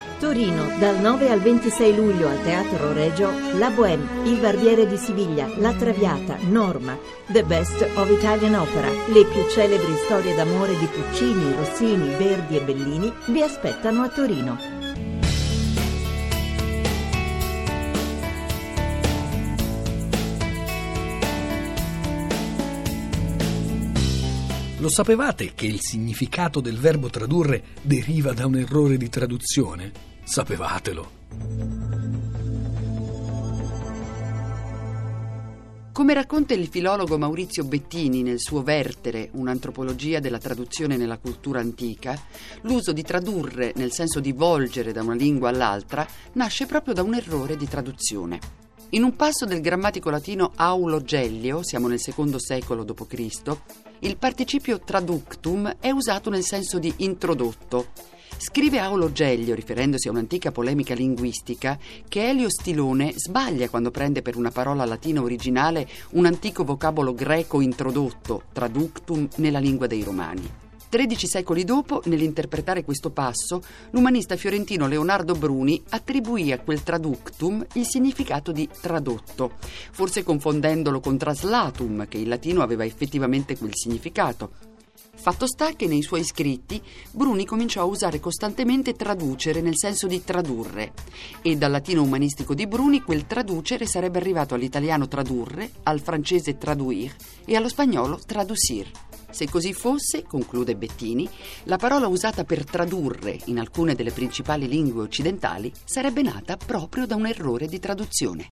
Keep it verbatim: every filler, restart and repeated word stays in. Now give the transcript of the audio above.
Torino, dal nove al ventisei luglio al Teatro Regio, La Bohème, Il Barbiere di Siviglia, La Traviata, Norma, The Best of Italian Opera, le più celebri storie d'amore di Puccini, Rossini, Verdi e Bellini vi aspettano a Torino. Lo sapevate che il significato del verbo tradurre deriva da un errore di traduzione? Sapevatelo. Come racconta il filologo Maurizio Bettini nel suo Vertere, un'antropologia della traduzione nella cultura antica, l'uso di tradurre nel senso di volgere da una lingua all'altra nasce proprio da un errore di traduzione. In un passo del grammatico latino Aulo Gellio, siamo nel secondo secolo dopo Cristo, il participio traductum è usato nel senso di introdotto. Scrive Aulo Gellio, riferendosi a un'antica polemica linguistica, che Elio Stilone sbaglia quando prende per una parola latina originale un antico vocabolo greco introdotto, traductum, nella lingua dei Romani. Tredici secoli dopo, nell'interpretare questo passo, l'umanista fiorentino Leonardo Bruni attribuì a quel traductum il significato di tradotto, forse confondendolo con traslatum, che in latino aveva effettivamente quel significato. Fatto sta che nei suoi scritti Bruni cominciò a usare costantemente traducere nel senso di tradurre, e dal latino umanistico di Bruni quel traducere sarebbe arrivato all'italiano tradurre, al francese traduire e allo spagnolo traducir. Se così fosse, conclude Bettini, la parola usata per tradurre in alcune delle principali lingue occidentali sarebbe nata proprio da un errore di traduzione.